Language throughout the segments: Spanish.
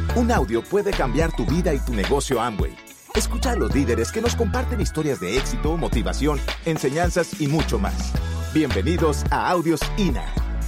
Un audio puede cambiar tu vida y tu negocio Amway. Escucha a los líderes que nos comparten historias de éxito, motivación, enseñanzas y mucho más. Bienvenidos a Audios INA.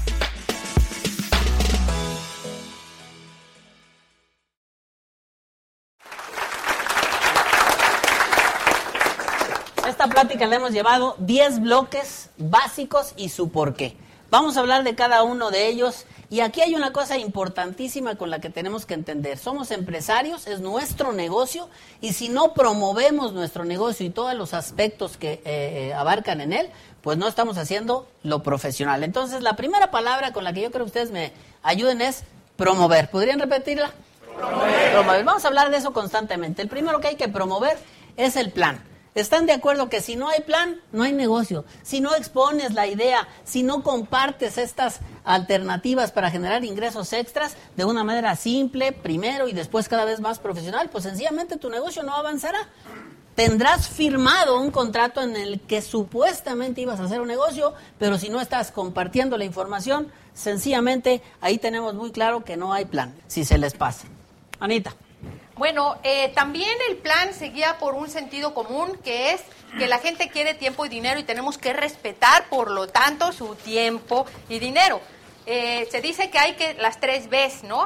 Esta plática la hemos llevado 10 bloques básicos y su porqué. Vamos a hablar de cada uno de ellos y aquí hay una cosa importantísima con la que tenemos que entender. Somos empresarios, es nuestro negocio y si no promovemos nuestro negocio y todos los aspectos que abarcan en él, pues no estamos haciendo lo profesional. Entonces la primera palabra con la que yo creo que ustedes me ayuden es promover. ¿Podrían repetirla? Promover. Vamos a hablar de eso constantemente. El primero que hay que promover es el plan. ¿Están de acuerdo que si no hay plan, no hay negocio? Si no expones la idea, si no compartes estas alternativas para generar ingresos extras de una manera simple, primero y después cada vez más profesional, pues sencillamente tu negocio no avanzará. Tendrás firmado un contrato en el que supuestamente ibas a hacer un negocio, pero si no estás compartiendo la información, sencillamente ahí tenemos muy claro que no hay plan, si se les pasa. Anita. Bueno, también el plan se guía por un sentido común, que es que la gente quiere tiempo y dinero y tenemos que respetar, por lo tanto, su tiempo y dinero. Se dice que hay que las 3 Bs, ¿no?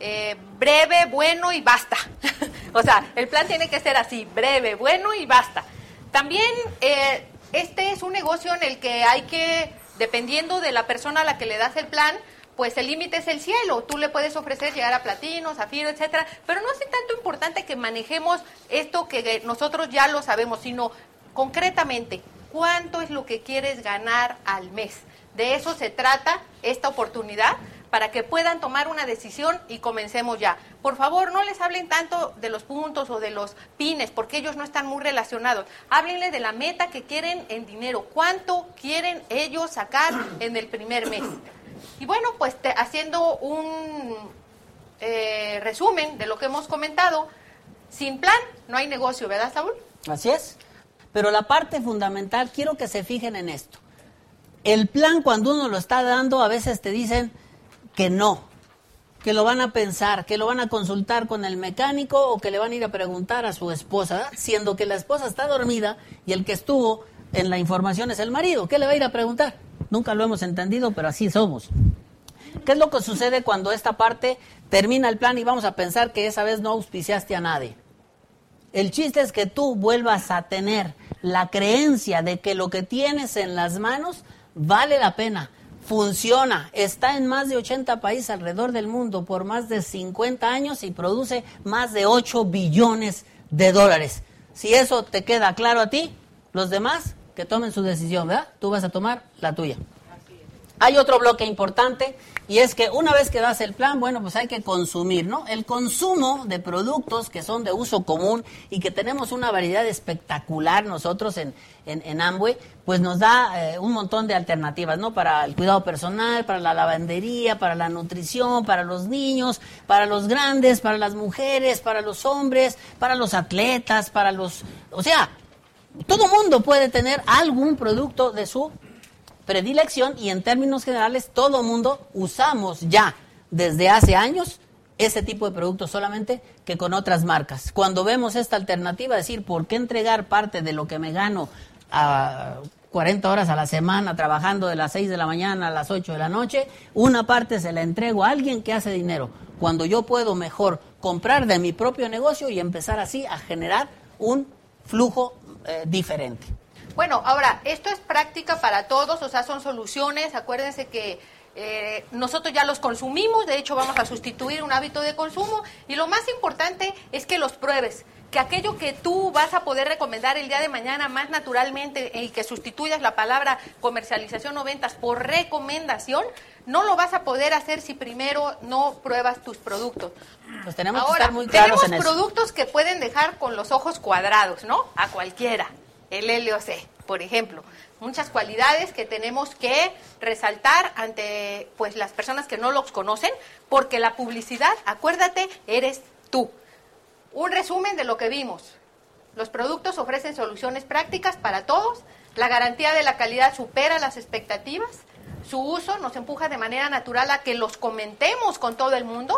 Breve, bueno y basta. O sea, el plan tiene que ser así, breve, bueno y basta. También este es un negocio en el que hay que, dependiendo de la persona a la que le das el plan, pues el límite es el cielo. Tú le puedes ofrecer llegar a platino, zafiro, etcétera, pero no es tanto importante que manejemos esto que nosotros ya lo sabemos, sino concretamente, ¿cuánto es lo que quieres ganar al mes? De eso se trata esta oportunidad, para que puedan tomar una decisión y comencemos ya. Por favor, no les hablen tanto de los puntos o de los pines, porque ellos no están muy relacionados. Háblenle de la meta que quieren en dinero, cuánto quieren ellos sacar en el primer mes. Y bueno, pues haciendo un resumen de lo que hemos comentado, sin plan no hay negocio, ¿verdad, Saúl? Así es. Pero la parte fundamental, quiero que se fijen en esto. El plan, cuando uno lo está dando, a veces te dicen que no, que lo van a pensar, que lo van a consultar con el mecánico o que le van a ir a preguntar a su esposa, ¿verdad? Siendo que la esposa está dormida y el que estuvo en la información es el marido. ¿Qué le va a ir a preguntar? Nunca lo hemos entendido, pero así somos. ¿Qué es lo que sucede cuando esta parte termina el plan y vamos a pensar que esa vez no auspiciaste a nadie? El chiste es que tú vuelvas a tener la creencia de que lo que tienes en las manos vale la pena, funciona, está en más de 80 países alrededor del mundo por más de 50 años y produce más de 8 billones de dólares. Si eso te queda claro a ti, los demás que tomen su decisión, ¿verdad? Tú vas a tomar la tuya. Hay otro bloque importante y es que una vez que das el plan, bueno, pues hay que consumir, ¿no? El consumo de productos que son de uso común y que tenemos una variedad espectacular nosotros en Amway, pues nos da un montón de alternativas, ¿no? Para el cuidado personal, para la lavandería, para la nutrición, para los niños, para los grandes, para las mujeres, para los hombres, para los atletas, para los... O sea, todo mundo puede tener algún producto de su predilección y en términos generales todo mundo usamos ya desde hace años ese tipo de productos, solamente que con otras marcas. Cuando vemos esta alternativa, decir, ¿por qué entregar parte de lo que me gano a 40 horas a la semana trabajando de las 6 de la mañana a las 8 de la noche? Una parte se la entrego a alguien que hace dinero, cuando yo puedo mejor comprar de mi propio negocio y empezar así a generar un flujo diferente. Bueno, ahora, esto es práctica para todos, o sea, son soluciones. Acuérdense que nosotros ya los consumimos, de hecho vamos a sustituir un hábito de consumo y lo más importante es que los pruebes, que aquello que tú vas a poder recomendar el día de mañana más naturalmente y que sustituyas la palabra comercialización o ventas por recomendación, no lo vas a poder hacer si primero no pruebas tus productos. Pues tenemos que estar muy claros en eso. Tenemos productos que pueden dejar con los ojos cuadrados, ¿no? A cualquiera. El LOC, por ejemplo. Muchas cualidades que tenemos que resaltar ante pues las personas que no los conocen, porque la publicidad, acuérdate, eres tú. Un resumen de lo que vimos. Los productos ofrecen soluciones prácticas para todos, la garantía de la calidad supera las expectativas, su uso nos empuja de manera natural a que los comentemos con todo el mundo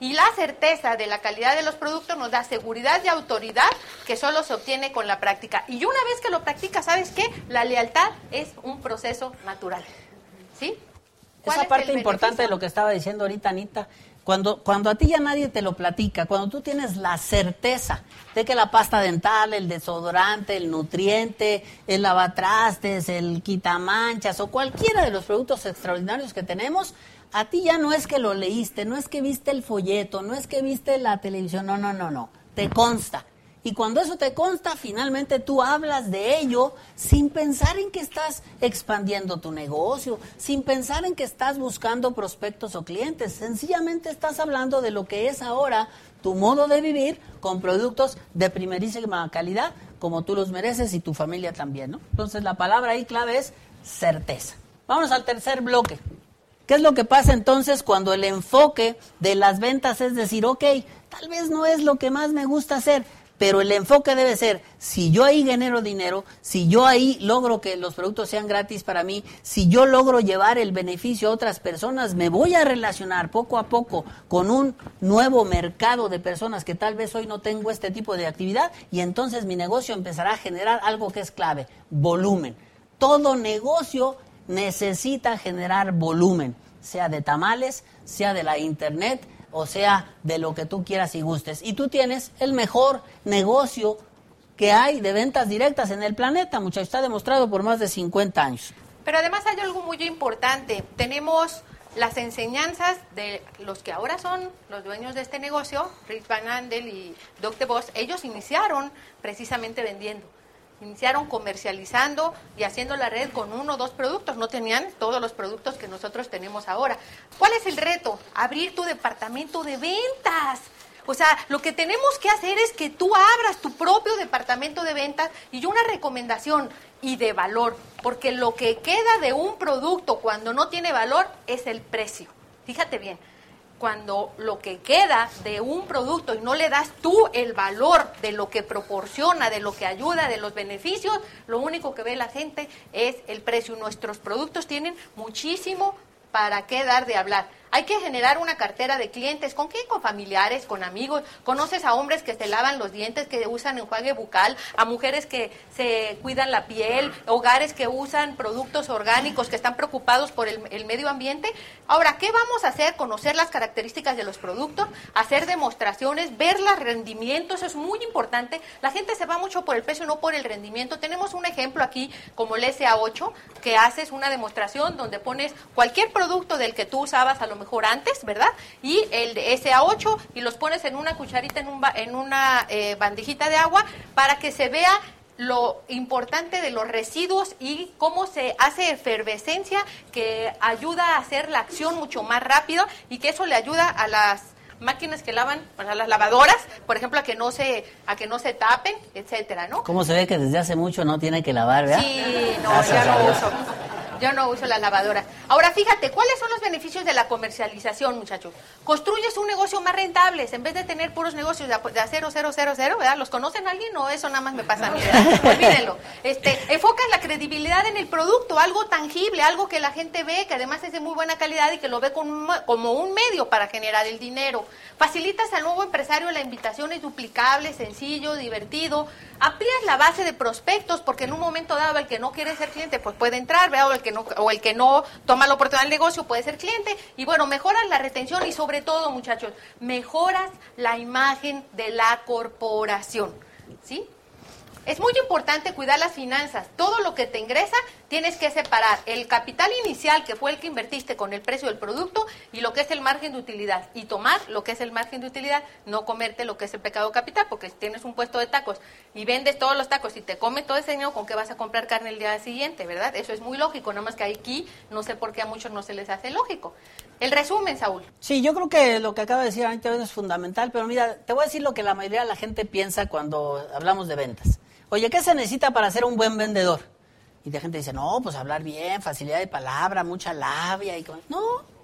Y la certeza de la calidad de los productos nos da seguridad y autoridad que solo se obtiene con la práctica. Y una vez que lo practicas, ¿sabes qué? La lealtad es un proceso natural. ¿Sí? Esa parte importante de lo que estaba diciendo ahorita Anita, cuando a ti ya nadie te lo platica, cuando tú tienes la certeza de que la pasta dental, el desodorante, el nutriente, el lavatrastes, el quitamanchas o cualquiera de los productos extraordinarios que tenemos, a ti ya no es que lo leíste, no es que viste el folleto, no es que viste la televisión, no, te consta. Y cuando eso te consta, finalmente tú hablas de ello sin pensar en que estás expandiendo tu negocio, sin pensar en que estás buscando prospectos o clientes. Sencillamente estás hablando de lo que es ahora tu modo de vivir con productos de primerísima calidad, como tú los mereces y tu familia también, ¿no? Entonces la palabra ahí clave es certeza. Vámonos al tercer bloque. ¿Qué es lo que pasa entonces cuando el enfoque de las ventas es decir, ok, tal vez no es lo que más me gusta hacer, pero el enfoque debe ser, si yo ahí genero dinero, si yo ahí logro que los productos sean gratis para mí, si yo logro llevar el beneficio a otras personas, me voy a relacionar poco a poco con un nuevo mercado de personas que tal vez hoy no tengo este tipo de actividad y entonces mi negocio empezará a generar algo que es clave, volumen. Todo negocio necesita generar volumen, sea de tamales, sea de la internet, o sea, de lo que tú quieras y gustes. Y tú tienes el mejor negocio que hay de ventas directas en el planeta, muchachos. Está demostrado por más de 50 años. Pero además hay algo muy importante. Tenemos las enseñanzas de los que ahora son los dueños de este negocio, Rich Van Andel y Doug DeVos. Ellos iniciaron precisamente vendiendo. Iniciaron comercializando y haciendo la red con 1 o 2 productos. No tenían todos los productos que nosotros tenemos ahora. ¿Cuál es el reto? Abrir tu departamento de ventas. O sea, lo que tenemos que hacer es que tú abras tu propio departamento de ventas y una recomendación y de valor. Porque lo que queda de un producto cuando no tiene valor es el precio. Fíjate bien. Cuando lo que queda de un producto y no le das tú el valor de lo que proporciona, de lo que ayuda, de los beneficios, lo único que ve la gente es el precio. Nuestros productos tienen muchísimo para qué dar de hablar. Hay que generar una cartera de clientes. ¿Con quién? Con familiares, con amigos. Conoces a hombres que se lavan los dientes, que usan enjuague bucal, a mujeres que se cuidan la piel, hogares que usan productos orgánicos, que están preocupados por el medio ambiente. Ahora, ¿qué vamos a hacer? Conocer las características de los productos, hacer demostraciones, ver los rendimientos, eso es muy importante. La gente se va mucho por el precio, no por el rendimiento. Tenemos un ejemplo aquí, como el SA8, que haces una demostración donde pones cualquier producto del que tú usabas a lo mejor antes, ¿verdad? Y el de SA8 y los pones en una cucharita, en una bandejita de agua para que se vea lo importante de los residuos y cómo se hace efervescencia que ayuda a hacer la acción mucho más rápido y que eso le ayuda a las máquinas que lavan, a las lavadoras, por ejemplo, a que no se tapen, etcétera, ¿no? ¿Cómo se ve que desde hace mucho no tiene que lavar, verdad? Sí, no, ya no uso. Yo no uso la lavadora. Ahora, fíjate, ¿cuáles son los beneficios de la comercialización, muchachos? Construyes un negocio más rentable. En vez de tener puros negocios de acero, 0, 0, 0, ¿verdad? ¿Los conocen alguien o eso nada más me pasa a mí? Olvídenlo. Enfocas la credibilidad en el producto, algo tangible, algo que la gente ve, que además es de muy buena calidad y que lo ve como un medio para generar el dinero. Facilitas al nuevo empresario la invitación, es duplicable, sencillo, divertido. Amplías la base de prospectos, porque en un momento dado el que no quiere ser cliente pues puede entrar, ¿verdad? O el que no toma la oportunidad del negocio puede ser cliente. Y bueno, mejoras la retención y sobre todo, muchachos, mejoras la imagen de la corporación, ¿sí? Es muy importante cuidar las finanzas. Todo lo que te ingresa tienes que separar el capital inicial, que fue el que invertiste con el precio del producto, y lo que es el margen de utilidad. Y tomar lo que es el margen de utilidad, no comerte lo que es el pecado capital, porque si tienes un puesto de tacos y vendes todos los tacos y te comes todo ese dinero, ¿con qué vas a comprar carne el día siguiente, verdad? Eso es muy lógico, nada más que aquí no sé por qué a muchos no se les hace lógico. El resumen, Saúl. Sí, yo creo que lo que acaba de decir Anita es fundamental, pero mira, te voy a decir lo que la mayoría de la gente piensa cuando hablamos de ventas. Oye, ¿qué se necesita para ser un buen vendedor? Y la gente dice, no, pues hablar bien, facilidad de palabra, mucha labia. No,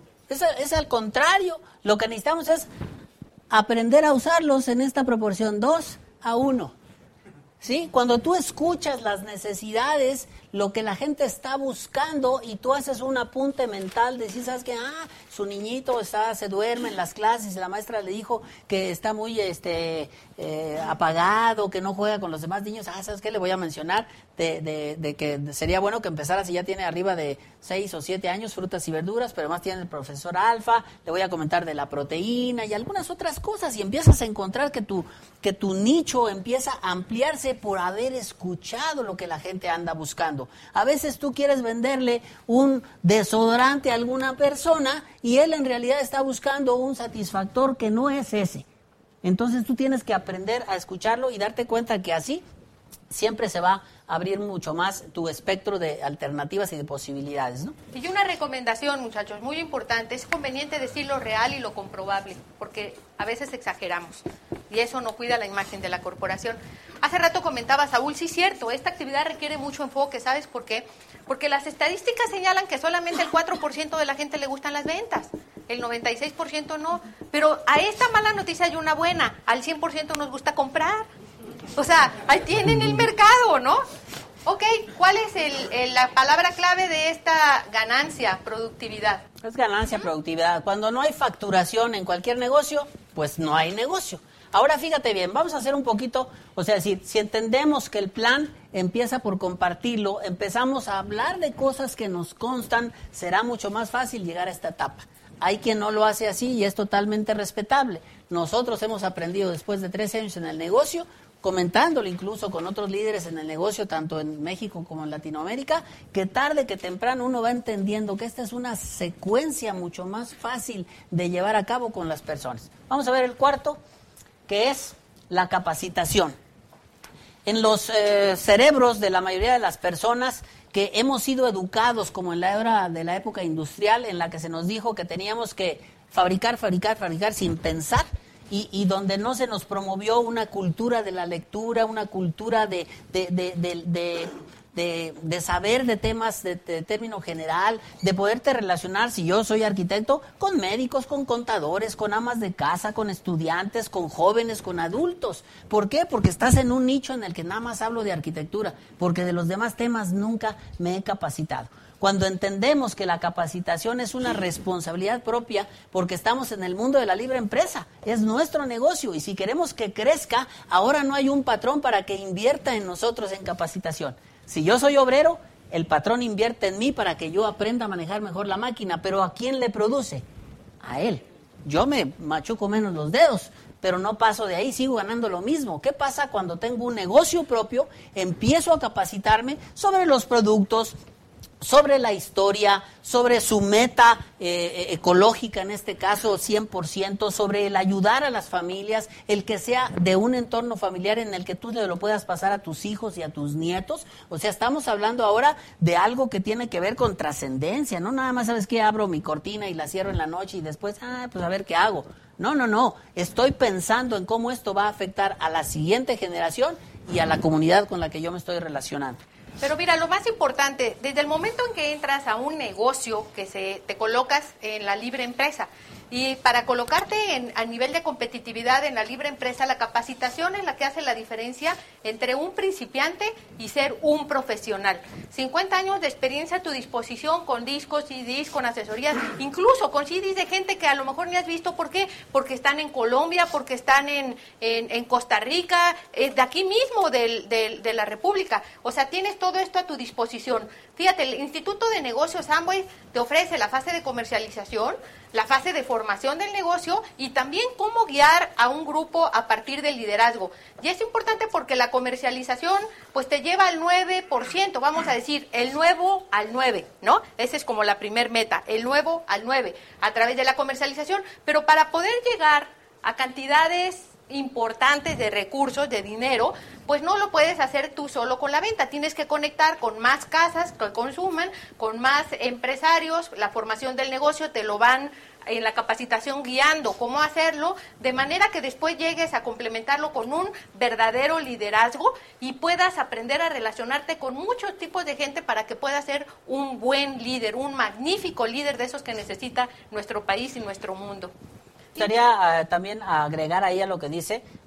es al contrario. Lo que necesitamos es aprender a usarlos en esta proporción 2 a 1. ¿Sí? Cuando tú escuchas las necesidades, lo que la gente está buscando y tú haces un apunte mental de decir, ¿sabes qué? Su niñito se duerme en las clases y la maestra le dijo que está muy apagado, que no juega con los demás niños. ¿Sabes qué? Le voy a mencionar de que sería bueno que empezara, si ya tiene arriba de 6 o 7 años, frutas y verduras, pero además tiene el profesor Alfa, le voy a comentar de la proteína y algunas otras cosas, y empiezas a encontrar que tu nicho empieza a ampliarse por haber escuchado lo que la gente anda buscando. A veces tú quieres venderle un desodorante a alguna persona y él en realidad está buscando un satisfactor que no es ese. Entonces tú tienes que aprender a escucharlo y darte cuenta que así siempre se va a abrir mucho más tu espectro de alternativas y de posibilidades, ¿no? Y una recomendación, muchachos, muy importante, es conveniente decir lo real y lo comprobable, porque a veces exageramos y eso no cuida la imagen de la corporación. Hace rato comentaba Saúl, sí, cierto, esta actividad requiere mucho enfoque, ¿sabes por qué? Porque las estadísticas señalan que solamente el 4% de la gente le gustan las ventas, el 96% no, pero a esta mala noticia hay una buena, al 100% nos gusta comprar. O sea, ahí tienen el mercado, ¿no? Ok, ¿cuál es la palabra clave de esta ganancia? Productividad. Es ganancia, productividad. Cuando no hay facturación en cualquier negocio, pues no hay negocio. Ahora fíjate bien, vamos a hacer un poquito, o sea, si entendemos que el plan empieza por compartirlo, empezamos a hablar de cosas que nos constan, será mucho más fácil llegar a esta etapa. Hay quien no lo hace así y es totalmente respetable. Nosotros hemos aprendido después de 13 años en el negocio, comentándolo incluso con otros líderes en el negocio, tanto en México como en Latinoamérica, que tarde que temprano uno va entendiendo que esta es una secuencia mucho más fácil de llevar a cabo con las personas. Vamos a ver el cuarto, que es la capacitación. En los cerebros de la mayoría de las personas que hemos sido educados, como en la era de la época industrial, en la que se nos dijo que teníamos que fabricar sin pensar, y donde no se nos promovió una cultura de la lectura, una cultura de saber de temas de término general, de poderte relacionar, si yo soy arquitecto, con médicos, con contadores, con amas de casa, con estudiantes, con jóvenes, con adultos. ¿Por qué? Porque estás en un nicho en el que nada más hablo de arquitectura, porque de los demás temas nunca me he capacitado. Cuando entendemos que la capacitación es una responsabilidad propia, porque estamos en el mundo de la libre empresa, es nuestro negocio, y si queremos que crezca, ahora no hay un patrón para que invierta en nosotros en capacitación. Si yo soy obrero, el patrón invierte en mí para que yo aprenda a manejar mejor la máquina, pero ¿a quién le produce? A él. Yo me machuco menos los dedos, pero no paso de ahí, sigo ganando lo mismo. ¿Qué pasa cuando tengo un negocio propio? Empiezo a capacitarme sobre los productos, sobre la historia, sobre su meta ecológica, en este caso 100%, sobre el ayudar a las familias, el que sea de un entorno familiar en el que tú lo puedas pasar a tus hijos y a tus nietos. O sea, estamos hablando ahora de algo que tiene que ver con trascendencia, no nada más, ¿sabes qué? Abro mi cortina y la cierro en la noche y después, pues a ver qué hago. No, estoy pensando en cómo esto va a afectar a la siguiente generación y a la comunidad con la que yo me estoy relacionando. Pero mira, lo más importante, desde el momento en que entras a un negocio, que te colocas en la libre empresa, y para colocarte a nivel de competitividad en la libre empresa, la capacitación es la que hace la diferencia entre un principiante y ser un profesional. 50 años de experiencia a tu disposición con discos, CDs, con asesorías, incluso con CDs de gente que a lo mejor ni has visto. ¿Por qué? Porque están en Colombia, porque están en Costa Rica, de aquí mismo de la República. O sea, tienes todo esto a tu disposición. Fíjate, el Instituto de Negocios Amway te ofrece la fase de comercialización, la fase de formación del negocio y también cómo guiar a un grupo a partir del liderazgo. Y es importante porque la comercialización pues te lleva al 9%, vamos a decir, el nuevo al 9, ¿no? Esa es como la primer meta, el nuevo al 9, a través de la comercialización. Pero para poder llegar a cantidades importantes de recursos, de dinero, pues no lo puedes hacer tú solo con la venta. Tienes que conectar con más casas que consuman, con más empresarios. La formación del negocio te lo van en la capacitación guiando cómo hacerlo, de manera que después llegues a complementarlo con un verdadero liderazgo y puedas aprender a relacionarte con muchos tipos de gente para que puedas ser un buen líder, un magnífico líder de esos que necesita nuestro país y nuestro mundo. Me gustaría también agregar ahí a lo que dice,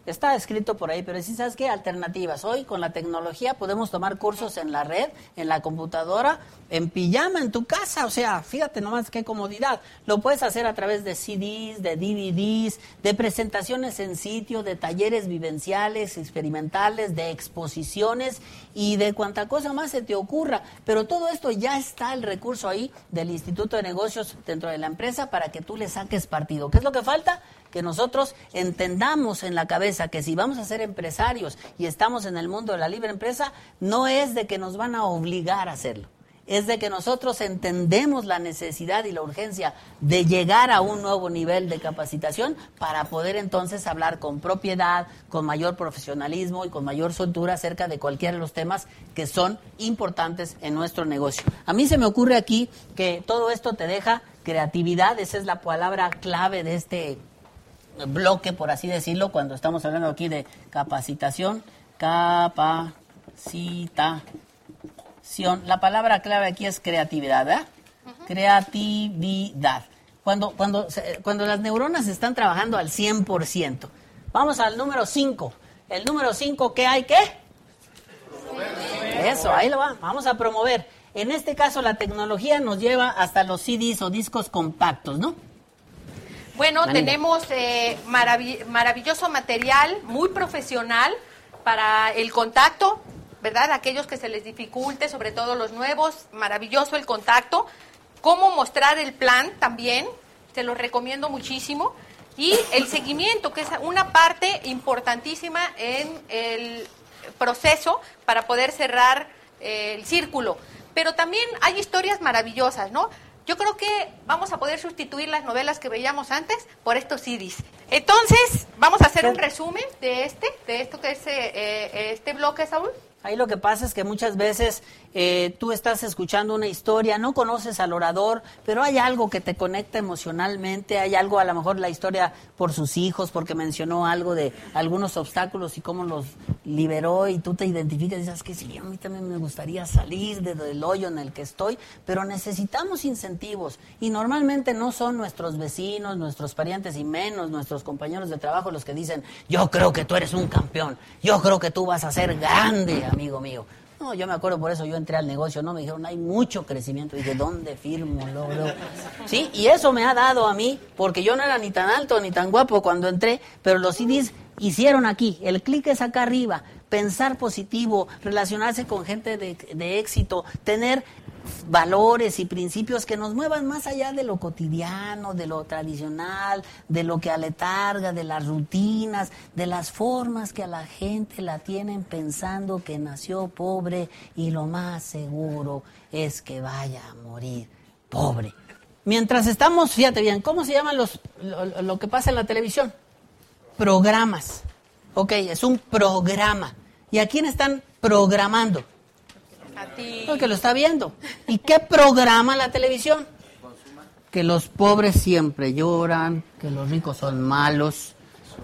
Está escrito por ahí, pero sí, ¿sabes qué? Alternativas. Hoy con la tecnología podemos tomar cursos en la red, en la computadora, en pijama, en tu casa. O sea, fíjate nomás qué comodidad. Lo puedes hacer a través de CDs, de DVDs, de presentaciones en sitio, de talleres vivenciales, experimentales, de exposiciones y de cuanta cosa más se te ocurra. Pero todo esto ya está el recurso ahí del Instituto de Negocios dentro de la empresa para que tú le saques partido. ¿Qué es lo que falta? Que nosotros entendamos en la cabeza que si vamos a ser empresarios y estamos en el mundo de la libre empresa, no es de que nos van a obligar a hacerlo. Es de que nosotros entendemos la necesidad y la urgencia de llegar a un nuevo nivel de capacitación para poder entonces hablar con propiedad, con mayor profesionalismo y con mayor soltura acerca de cualquiera de los temas que son importantes en nuestro negocio. A mí se me ocurre aquí que todo esto te deja creatividad, esa es la palabra clave de este bloque, por así decirlo, cuando estamos hablando aquí de capacitación, la palabra clave aquí es creatividad, ¿verdad? Creatividad. Cuando las neuronas están trabajando al 100%. Vamos al número 5. El número 5, ¿qué hay? ¿Qué? Eso, ahí lo va. Vamos a promover. En este caso, la tecnología nos lleva hasta los CDs o discos compactos, ¿no? Bueno, tenemos maravilloso material, muy profesional para el contacto, ¿verdad? Aquellos que se les dificulte, sobre todo los nuevos, maravilloso el contacto. Cómo mostrar el plan también, te lo recomiendo muchísimo. Y el seguimiento, que es una parte importantísima en el proceso para poder cerrar el círculo. Pero también hay historias maravillosas, ¿no? Yo creo que vamos a poder sustituir las novelas que veíamos antes por estos CDs. Entonces, vamos a hacer un resumen de esto que es este bloque, Saúl. Ahí lo que pasa es que muchas veces tú estás escuchando una historia, no conoces al orador, pero hay algo que te conecta emocionalmente, hay algo, a lo mejor la historia por sus hijos, porque mencionó algo de algunos obstáculos y cómo los liberó, y tú te identificas y dices que sí, a mí también me gustaría salir del hoyo en el que estoy, pero necesitamos incentivos, y normalmente no son nuestros vecinos, nuestros parientes y menos nuestros compañeros de trabajo los que dicen, yo creo que tú eres un campeón, yo creo que tú vas a ser grande, amigo mío. No, yo me acuerdo, por eso yo entré al negocio, ¿no? Me dijeron, hay mucho crecimiento. Y dije, ¿dónde firmo? Luego. Sí, y eso me ha dado a mí, porque yo no era ni tan alto ni tan guapo cuando entré, pero los CDs hicieron aquí. El clic es acá arriba. Pensar positivo, relacionarse con gente de éxito, tener valores y principios que nos muevan más allá de lo cotidiano, de lo tradicional, de lo que aletarga, de las rutinas, de las formas que a la gente la tienen pensando que nació pobre y lo más seguro es que vaya a morir pobre. Mientras estamos, fíjate bien, ¿cómo se llaman lo que pasa en la televisión? Programas. Ok, es un programa. ¿Y a quién están programando? A ti. El que lo está viendo. ¿Y qué programa la televisión? Que los pobres siempre lloran, que los ricos son malos,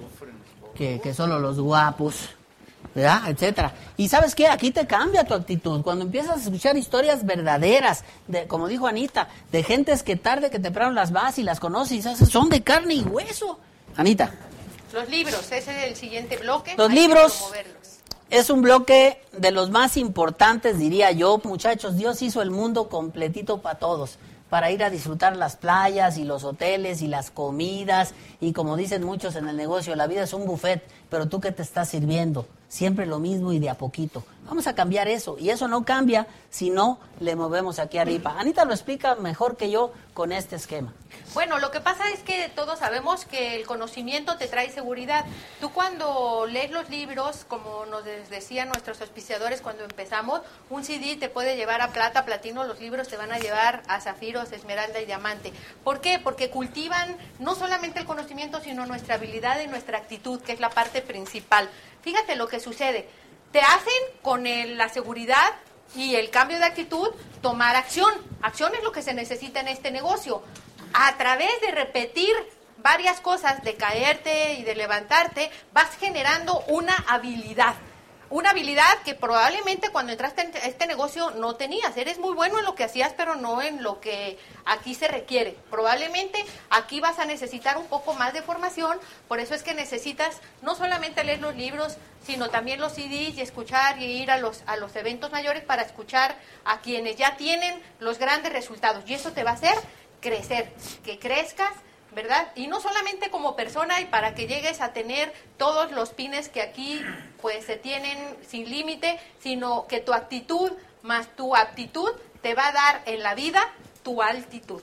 que solo los guapos, ¿verdad? Etcétera. Y ¿sabes qué? Aquí te cambia tu actitud. Cuando empiezas a escuchar historias verdaderas, como dijo Anita, de gentes que tarde que temprano las vas y las conoces y sabes, son de carne y hueso. Anita. Los libros, ese es el siguiente bloque. Los libros. Es un bloque de los más importantes, diría yo. Muchachos, Dios hizo el mundo completito para todos, para ir a disfrutar las playas y los hoteles y las comidas. Y como dicen muchos en el negocio, la vida es un buffet, pero tú ¿qué te estás sirviendo? Siempre lo mismo y de a poquito. Vamos a cambiar eso, y eso no cambia si no le movemos aquí arriba. Anita lo explica mejor que yo con este esquema. Bueno, lo que pasa es que todos sabemos que el conocimiento te trae seguridad. Tú cuando lees los libros, como nos decían nuestros auspiciadores cuando empezamos, un CD te puede llevar a plata, platino, los libros te van a llevar a zafiros, esmeralda y diamante. ¿Por qué? Porque cultivan no solamente el conocimiento, sino nuestra habilidad y nuestra actitud, que es la parte principal. Fíjate lo que sucede. Te hacen con la seguridad y el cambio de actitud tomar acción. Acción es lo que se necesita en este negocio. A través de repetir varias cosas, de caerte y de levantarte, vas generando una habilidad. una habilidad que probablemente cuando entraste en este negocio no tenías. Eres muy bueno en lo que hacías, pero no en lo que aquí se requiere. Probablemente aquí vas a necesitar un poco más de formación, por eso es que necesitas no solamente leer los libros, sino también los CDs y escuchar y ir a los eventos mayores para escuchar a quienes ya tienen los grandes resultados. Y eso te va a hacer crecer, que crezcas, ¿verdad? Y no solamente como persona y para que llegues a tener todos los pines que aquí pues se tienen sin límite, sino que tu actitud más tu aptitud te va a dar en la vida tu altitud.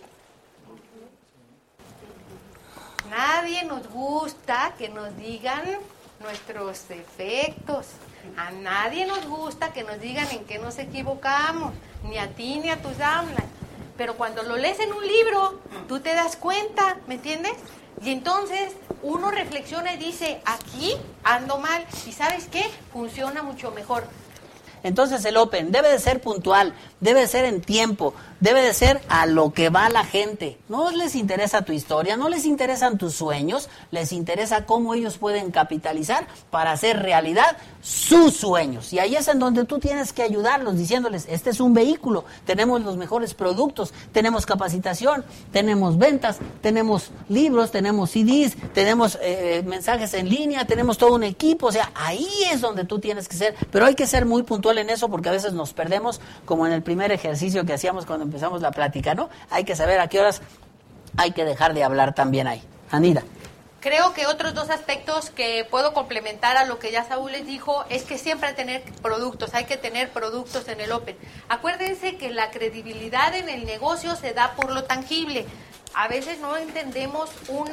Nadie nos gusta que nos digan nuestros defectos. A nadie nos gusta que nos digan en qué nos equivocamos, ni a ti ni a tus downlines. Pero cuando lo lees en un libro, tú te das cuenta, ¿me entiendes? Y entonces uno reflexiona y dice, aquí ando mal, y ¿sabes qué? Funciona mucho mejor. Entonces el Open debe de ser puntual, debe de ser en tiempo, debe de ser a lo que va la gente. No les interesa tu historia, no les interesan tus sueños, les interesa cómo ellos pueden capitalizar para hacer realidad sus sueños. Y ahí es en donde tú tienes que ayudarlos diciéndoles, este es un vehículo, tenemos los mejores productos, tenemos capacitación, tenemos ventas, tenemos libros, tenemos CDs, tenemos mensajes en línea, tenemos todo un equipo. O sea, ahí es donde tú tienes que ser, pero hay que ser muy puntual en eso porque a veces nos perdemos, como en el primer ejercicio que hacíamos cuando empezamos la plática, ¿no? Hay que saber a qué horas hay que dejar de hablar también ahí. Anida. Creo que otros dos aspectos que puedo complementar a lo que ya Saúl les dijo es que siempre hay que tener productos en el Open. Acuérdense que la credibilidad en el negocio se da por lo tangible. A veces no entendemos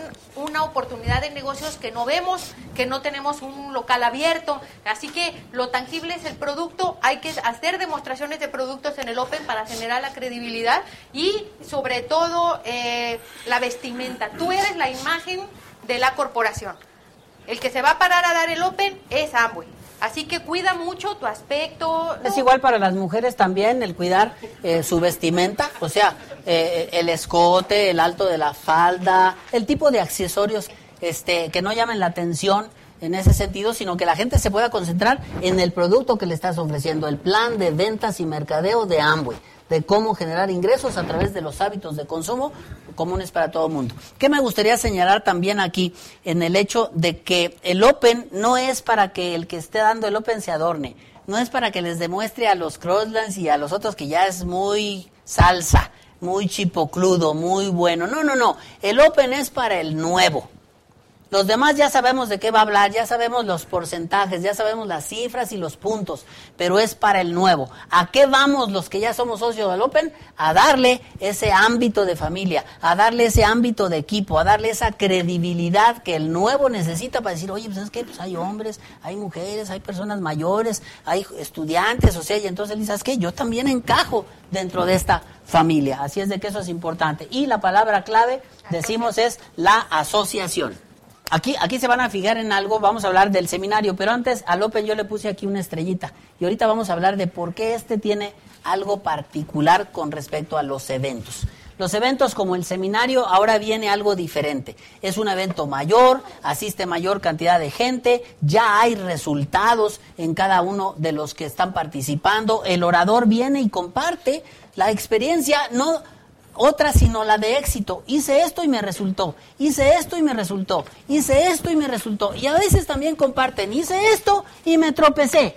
una oportunidad de negocios que no vemos, que no tenemos un local abierto. Así que lo tangible es el producto. Hay que hacer demostraciones de productos en el Open para generar la credibilidad y sobre todo la vestimenta. Tú eres la imagen de la corporación. El que se va a parar a dar el Open es Amway. Así que cuida mucho tu aspecto. Es igual para las mujeres también el cuidar su vestimenta, o sea, el escote, el alto de la falda, el tipo de accesorios que no llamen la atención en ese sentido, sino que la gente se pueda concentrar en el producto que le estás ofreciendo, el plan de ventas y mercadeo de Amway, de cómo generar ingresos a través de los hábitos de consumo comunes para todo el mundo. ¿Qué me gustaría señalar también aquí en el hecho de que el Open no es para que el que esté dando el Open se adorne, no es para que les demuestre a los Crosslands y a los otros que ya es muy salsa, muy chipocludo, muy bueno. No, el Open es para el nuevo. Los demás ya sabemos de qué va a hablar, ya sabemos los porcentajes, ya sabemos las cifras y los puntos, pero es para el nuevo. ¿A qué vamos los que ya somos socios del Open? A darle ese ámbito de familia, a darle ese ámbito de equipo, a darle esa credibilidad que el nuevo necesita para decir, oye, pues es que pues hay hombres, hay mujeres, hay personas mayores, hay estudiantes, o sea, y entonces dices, ¿sabes qué? Yo también encajo dentro de esta familia. Así es de que eso es importante. Y la palabra clave, decimos, es la asociación. Aquí se van a fijar en algo, vamos a hablar del seminario, pero antes al Open yo le puse aquí una estrellita y ahorita vamos a hablar de por qué tiene algo particular con respecto a los eventos. Los eventos como el seminario, ahora viene algo diferente. Es un evento mayor, asiste mayor cantidad de gente, ya hay resultados en cada uno de los que están participando. El orador viene y comparte la experiencia, no otra sino la de éxito. Hice esto y me resultó, hice esto y me resultó, hice esto y me resultó. Y a veces también comparten, hice esto y me tropecé.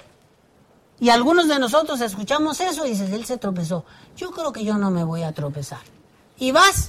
Y algunos de nosotros escuchamos eso y dices, él se tropezó. Yo creo que yo no me voy a tropezar. Y vas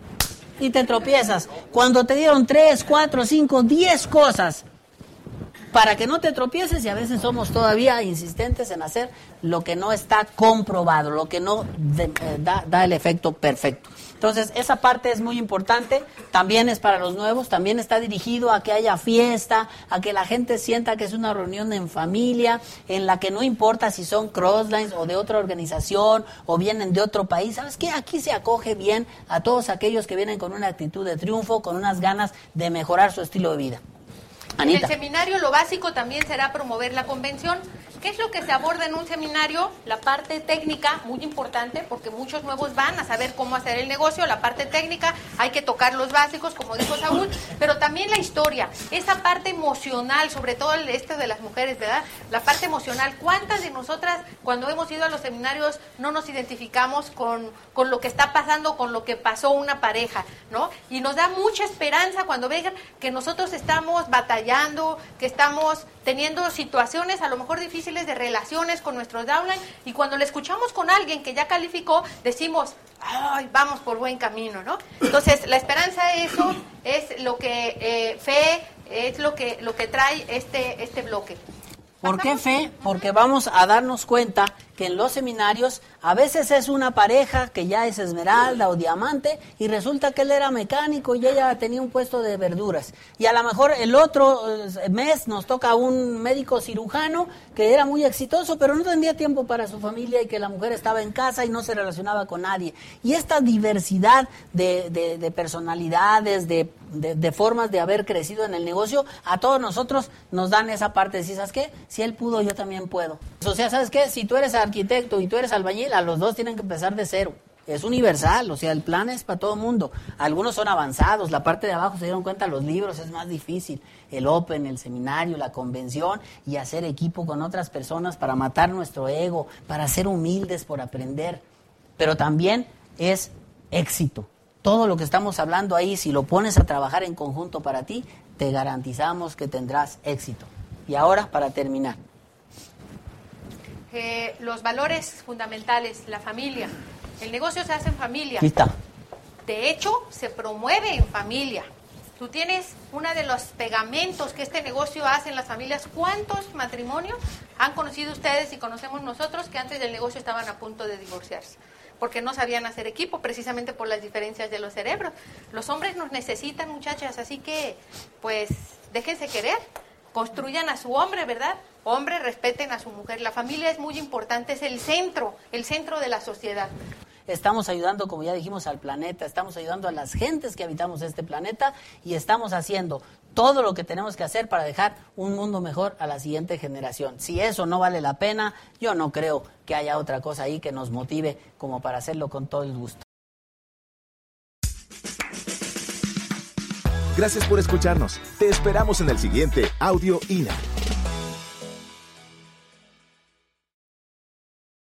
y te tropiezas. Cuando te dieron 3, 4, 5, 10 cosas para que no te tropieces, y a veces somos todavía insistentes en hacer lo que no está comprobado, lo que no da el efecto perfecto. Entonces, esa parte es muy importante, también es para los nuevos, también está dirigido a que haya fiesta, a que la gente sienta que es una reunión en familia, en la que no importa si son Crosslines o de otra organización o vienen de otro país. ¿Sabes qué? Aquí se acoge bien a todos aquellos que vienen con una actitud de triunfo, con unas ganas de mejorar su estilo de vida. Anita. En el seminario lo básico también será promover la convención, ¿Qué es lo que se aborda en un seminario? La parte técnica, muy importante, porque muchos nuevos van a saber cómo hacer el negocio. La parte técnica, hay que tocar los básicos, como dijo Saúl, pero también la historia, esa parte emocional, sobre todo de las mujeres, ¿verdad? La parte emocional. ¿Cuántas de nosotras, cuando hemos ido a los seminarios, no nos identificamos con lo que está pasando, con lo que pasó una pareja, ¿no? Y nos da mucha esperanza cuando vean que nosotros estamos batallando, que estamos teniendo situaciones a lo mejor difíciles de relaciones con nuestros downline, y cuando le escuchamos con alguien que ya calificó, decimos, ay, vamos por buen camino, ¿no? Entonces, la esperanza, eso es lo que fe, es lo que trae este bloque. ¿Por qué fe? Porque vamos a darnos cuenta que en los seminarios a veces es una pareja que ya es esmeralda o diamante y resulta que él era mecánico y ella tenía un puesto de verduras. Y a lo mejor el otro mes nos toca un médico cirujano que era muy exitoso, pero no tenía tiempo para su familia y que la mujer estaba en casa y no se relacionaba con nadie. Y esta diversidad de personalidades, de formas de haber crecido en el negocio, a todos nosotros nos dan esa parte de decir, ¿sabes qué? Si él pudo, yo también puedo. O sea, ¿sabes qué? Si tú eres arquitecto y tú eres albañil, a los dos tienen que empezar de cero. Es universal, o sea, el plan es para todo el mundo. Algunos son avanzados, la parte de abajo se dieron cuenta, los libros es más difícil. El Open, el seminario, la convención y hacer equipo con otras personas para matar nuestro ego, para ser humildes por aprender. Pero también es éxito. Todo lo que estamos hablando ahí, si lo pones a trabajar en conjunto para ti, te garantizamos que tendrás éxito. Y ahora, para terminar. Los valores fundamentales, la familia. El negocio se hace en familia. Aquí está. De hecho, se promueve en familia. Tú tienes uno de los pegamentos que este negocio hace en las familias. ¿Cuántos matrimonios han conocido ustedes y conocemos nosotros que antes del negocio estaban a punto de divorciarse? Porque no sabían hacer equipo, precisamente por las diferencias de los cerebros. Los hombres nos necesitan, muchachas, así que, pues, déjense querer. Construyan a su hombre, ¿verdad? Hombres, respeten a su mujer. La familia es muy importante, es el centro de la sociedad. Estamos ayudando, como ya dijimos, al planeta, estamos ayudando a las gentes que habitamos este planeta y estamos haciendo todo lo que tenemos que hacer para dejar un mundo mejor a la siguiente generación. Si eso no vale la pena, yo no creo que haya otra cosa ahí que nos motive como para hacerlo con todo el gusto. Gracias por escucharnos. Te esperamos en el siguiente Audio INA.